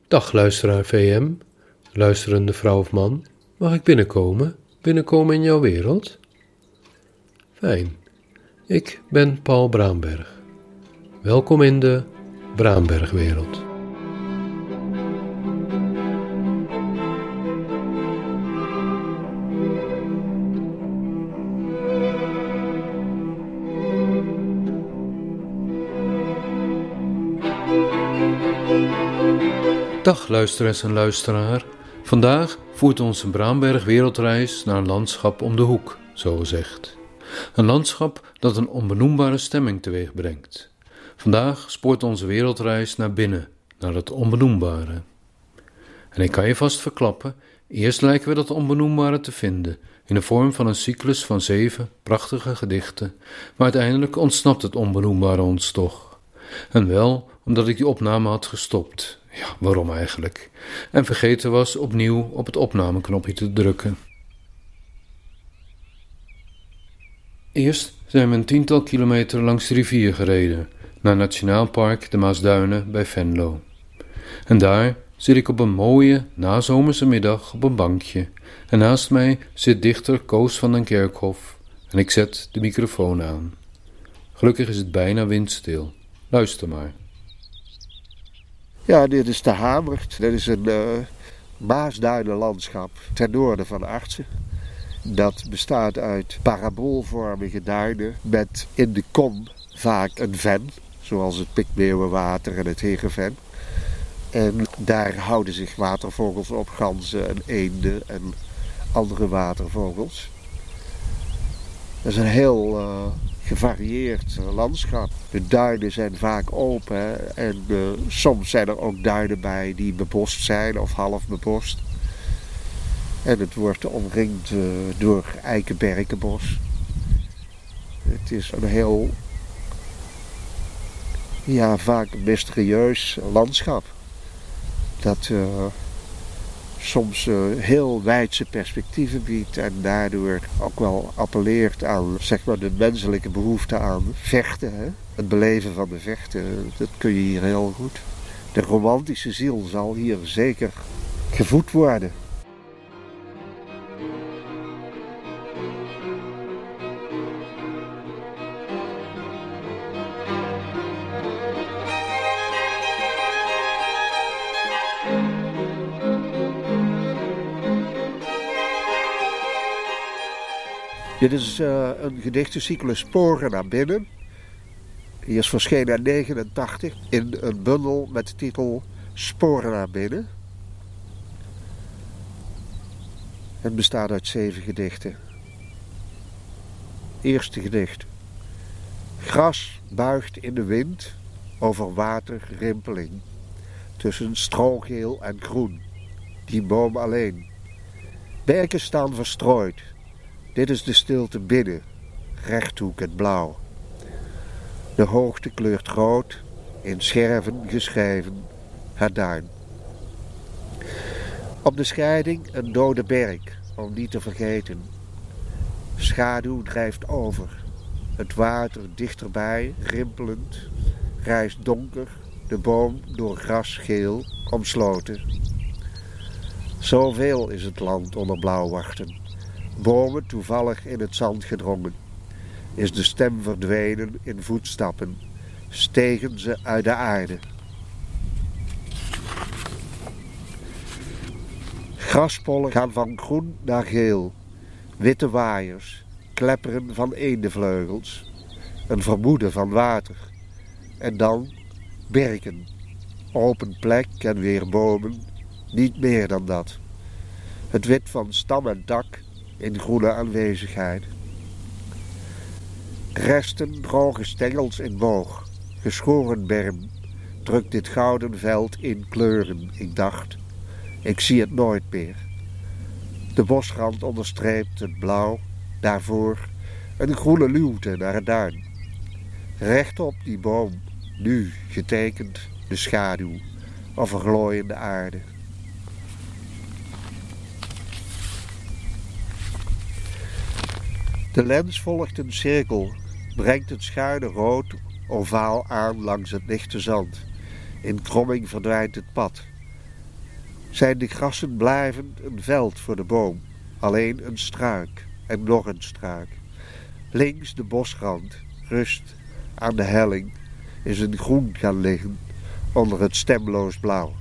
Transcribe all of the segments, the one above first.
Dag luisteraar VM, luisterende vrouw of man, mag ik binnenkomen? Binnenkomen in jouw wereld? Fijn, ik ben Paul Braamberg. Welkom in de Braambergwereld. Dag luisteraars en luisteraar. Vandaag voert onze Braamberg wereldreis naar een landschap om de hoek, zogezegd. Een landschap dat een onbenoembare stemming teweeg brengt. Vandaag spoort onze wereldreis naar binnen, naar het onbenoembare. En ik kan je vast verklappen, eerst lijken we dat onbenoembare te vinden, in de vorm van een cyclus van 7 prachtige gedichten, maar uiteindelijk ontsnapt het onbenoembare ons toch. En wel omdat ik die opname had gestopt. Ja, waarom eigenlijk? En vergeten was opnieuw op het opnameknopje te drukken. Eerst zijn we een 10-tal kilometer langs de rivier gereden, naar Nationaal Park de Maasduinen bij Venlo. En daar zit ik op een mooie, nazomerse middag op een bankje, en naast mij zit dichter Koos van den Kerkhof, en ik zet de microfoon aan. Gelukkig is het bijna windstil. Luister maar. Ja, dit is de Hamert. Dit is een maasduinenlandschap ten noorden van Artsen. Dat bestaat uit paraboolvormige duinen met in de kom vaak een ven, zoals het Pikmeeuwenwater en het Hegeven. En daar houden zich watervogels op, ganzen en eenden en andere watervogels. Dat is een heel gevarieerd landschap. De duinen zijn vaak open en soms zijn er ook duinen bij die bebost zijn of half bebost. En het wordt omringd door eikenberkenbos. Het is een heel, vaak mysterieus landschap. Dat soms heel wijdse perspectieven biedt en daardoor ook wel appelleert aan de menselijke behoefte aan vechten. Hè? Het beleven van de vechten, dat kun je hier heel goed. De romantische ziel zal hier zeker gevoed worden. Dit is een gedichtencyclus Sporen naar binnen. Die is verschenen in 1989 in een bundel met de titel Sporen naar binnen. Het bestaat uit 7 gedichten. Eerste gedicht. Gras buigt in de wind over waterrimpeling. Tussen strogeel en groen. Die boom alleen. Berken staan verstrooid. Dit is de stilte binnen, rechthoek en blauw. De hoogte kleurt rood, in scherven geschreven, het duin. Op de scheiding een dode berk, om niet te vergeten. Schaduw drijft over, het water dichterbij, rimpelend, rijst donker, de boom door gras geel omsloten. Zoveel is het land onder blauwwachten. Bomen toevallig in het zand gedrongen. Is de stem verdwenen in voetstappen. Stegen ze uit de aarde. Graspollen gaan van groen naar geel. Witte waaiers, klepperen van eendenvleugels. Een vermoeden van water. En dan berken. Open plek en weer bomen. Niet meer dan dat. Het wit van stam en tak in groene aanwezigheid. Resten droge stengels in boog, geschoren berm, drukt dit gouden veld in kleuren. Ik dacht, ik zie het nooit meer. De bosrand onderstreept het blauw, daarvoor een groene luwte naar het duin. Rechtop die boom, nu getekend de schaduw over glooiende aarde. De lens volgt een cirkel, brengt het schuine rood ovaal aan langs het lichte zand. In kromming verdwijnt het pad. zijn de grassen blijvend een veld voor de boom. Alleen een struik en nog een struik. Links de bosrand, rust aan de helling, is een groen gaan liggen onder het stemloos blauw.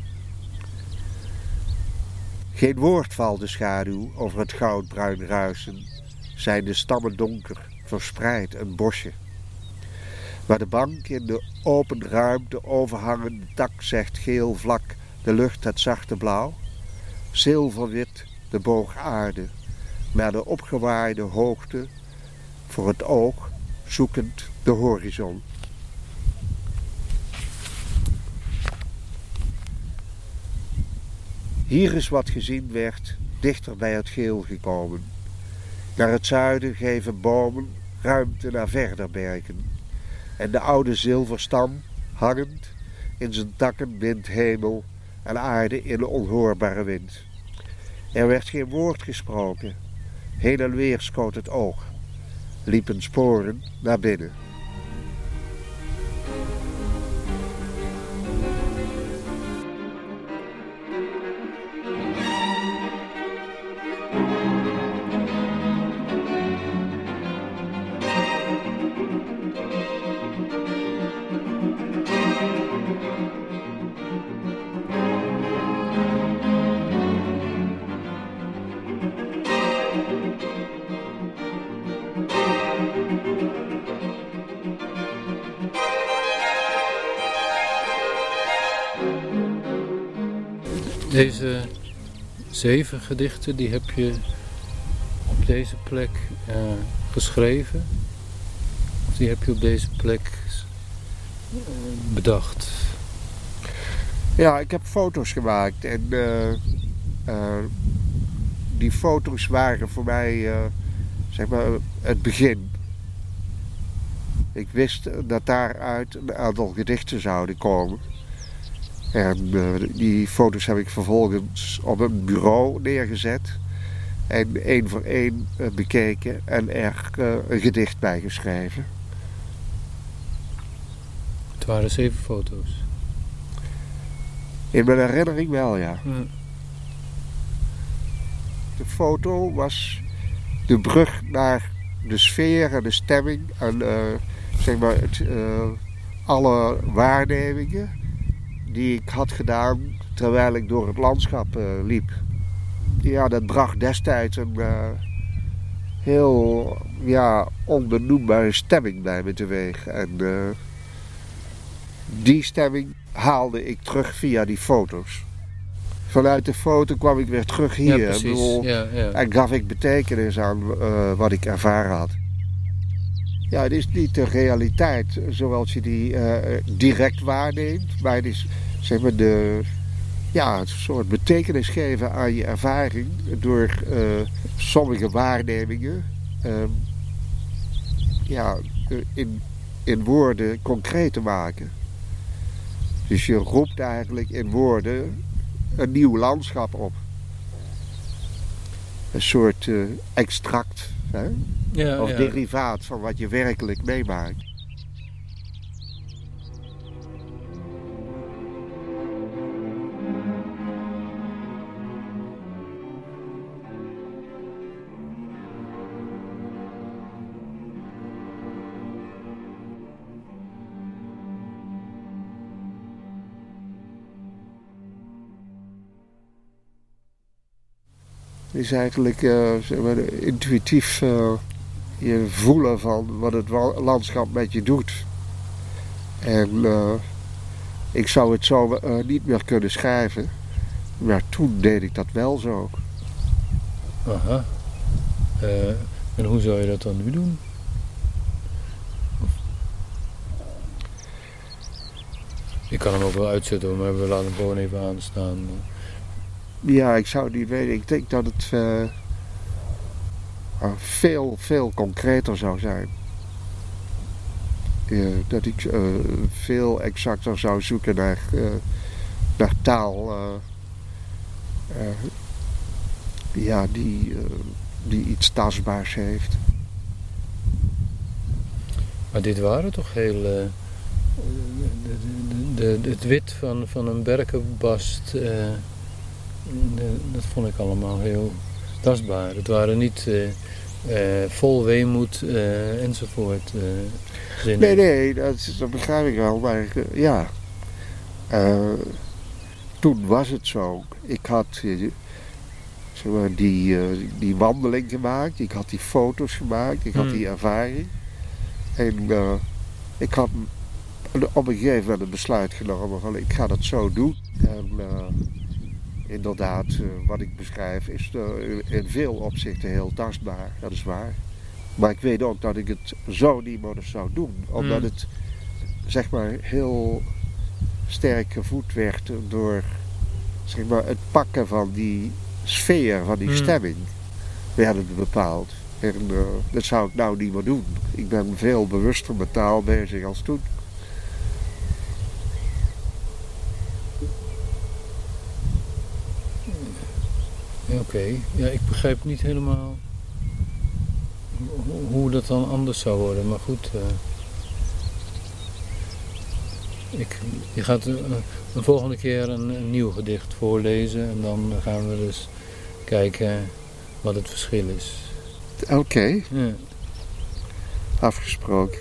Geen woord valt de schaduw over het goudbruin ruisen, zijn de stammen donker, verspreid een bosje. Waar de bank in de open ruimte overhangende tak zegt geel vlak, de lucht het zachte blauw. Zilverwit de boog aarde, naar de opgewaaide hoogte, voor het oog zoekend de horizon. Hier is wat gezien werd, dichter bij het geel gekomen. Naar het zuiden geven bomen ruimte naar verder bergen. En de oude zilverstam, hangend, in zijn takken wint hemel en aarde in een onhoorbare wind. Er werd geen woord gesproken. Heen en weer schoot het oog. Liepen sporen naar binnen. Deze 7 gedichten die heb je op deze plek geschreven? Of die heb je op deze plek bedacht? Ja, ik heb foto's gemaakt en die foto's waren voor mij zeg maar het begin. Ik wist dat daaruit een aantal gedichten zouden komen. En die foto's heb ik vervolgens op een bureau neergezet. En één voor één bekeken en er een gedicht bij geschreven. Het waren 7 foto's. In mijn herinnering wel, ja. De foto was de brug naar de sfeer en de stemming. En zeg maar alle waarnemingen die ik had gedaan terwijl ik door het landschap liep. Ja, dat bracht destijds een heel onbenoembare stemming bij me teweeg. En die stemming haalde ik terug via die foto's. Vanuit de foto kwam ik weer terug hier. Ja, precies. En gaf ik betekenis aan wat ik ervaren had. Ja, het is niet de realiteit zoals je die direct waarneemt. Maar het is zeg maar een soort betekenis geven aan je ervaring door sommige waarnemingen in woorden concreet te maken. Dus je roept eigenlijk in woorden een nieuw landschap op. Een soort extract, hè? Of derivaat van wat je werkelijk meemaakt. Het is eigenlijk zeg maar, intuïtief je voelen van wat het landschap met je doet. En ik zou het zo niet meer kunnen schrijven. Maar toen deed ik dat wel zo. Aha. En hoe zou je dat dan nu doen? Ik kan hem ook wel uitzetten, maar we laten hem gewoon even aanstaan. Ja, ik zou het niet weten. Ik denk dat het veel concreter zou zijn. Dat ik veel exacter zou zoeken naar taal die iets tastbaars heeft. Maar dit waren toch heel... het wit van een berkenbast Dat vond ik allemaal heel tastbaar. Het waren niet vol weemoed enzovoort zinnen. Nee, dat begrijp ik wel. Maar ja, toen was het zo. Ik had zeg maar, die wandeling gemaakt. Ik had die foto's gemaakt. Ik had die ervaring. En ik had op een gegeven moment een besluit genomen van ik ga dat zo doen. En inderdaad, wat ik beschrijf is in veel opzichten heel tastbaar. Dat is waar. Maar ik weet ook dat ik het zo niet meer zou doen. Omdat het zeg maar heel sterk gevoed werd door zeg maar, het pakken van die sfeer, van die stemming. Werd het bepaald. En dat zou ik nou niet meer doen. Ik ben veel bewuster met taal bezig als toen. Oké. Ja, ik begrijp niet helemaal hoe dat dan anders zou worden. Maar goed, je gaat de volgende keer een nieuw gedicht voorlezen. En dan gaan we dus kijken wat het verschil is. Oké. Ja. Afgesproken.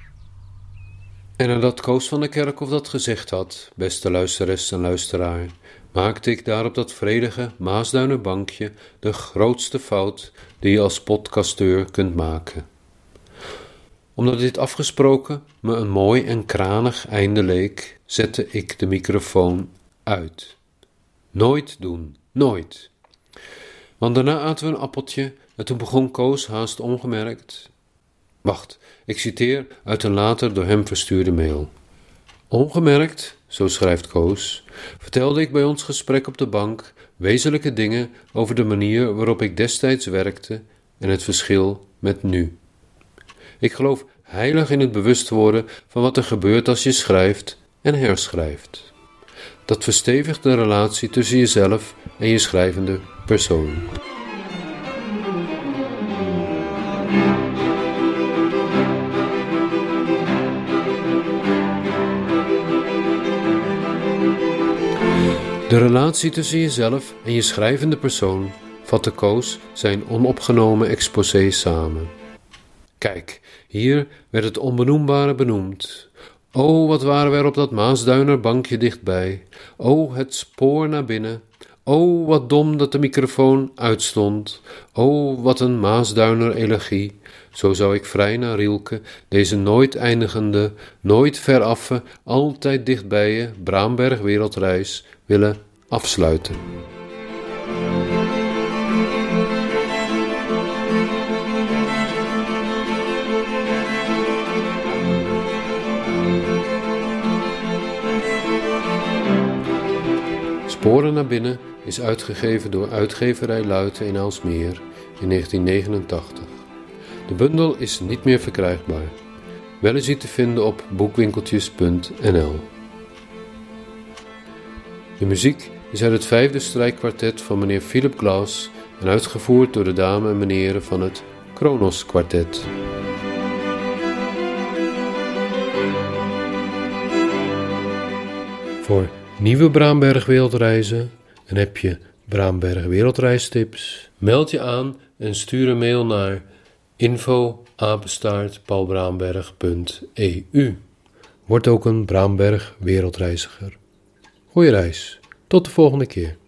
En nadat Koos van der Kerkhof dat gezegd had, beste luisteres en luisteraar, maakte ik daar op dat vredige Maasduiner bankje de grootste fout die je als podcasteur kunt maken. Omdat dit afgesproken me een mooi en kranig einde leek, zette ik de microfoon uit. Nooit doen, nooit. Want daarna aten we een appeltje en toen begon Koos haast ongemerkt. Wacht, ik citeer uit een later door hem verstuurde mail. Ongemerkt, zo schrijft Koos, vertelde ik bij ons gesprek op de bank wezenlijke dingen over de manier waarop ik destijds werkte en het verschil met nu. Ik geloof heilig in het bewust worden van wat er gebeurt als je schrijft en herschrijft. Dat verstevigt de relatie tussen jezelf en je schrijvende persoon. De relatie tussen jezelf en je schrijvende persoon vatte Koos zijn onopgenomen exposé samen. Kijk, hier werd het onbenoembare benoemd. O, wat waren we er op dat Maasduiner bankje dichtbij. O, het spoor naar binnen. O, wat dom dat de microfoon uitstond. O, wat een Maasduiner elegie. Zo zou ik vrij naar Rielke, deze nooit eindigende, nooit veraffe, altijd dichtbij je Braamberg wereldreis willen afsluiten. Sporen naar binnen is uitgegeven door uitgeverij Luiten in Aalsmeer in 1989. De bundel is niet meer verkrijgbaar. Wel is hij te vinden op boekwinkeltjes.nl. De muziek is uit het 5e strijkkwartet van meneer Philip Glass en uitgevoerd door de dames en meneren van het Kronos Kwartet. Voor nieuwe Braamberg wereldreizen en heb je Braamberg wereldreistips, meld je aan en stuur een mail naar info@paulbraamberg.eu. Word ook een Braamberg wereldreiziger. Goeie reis, tot de volgende keer.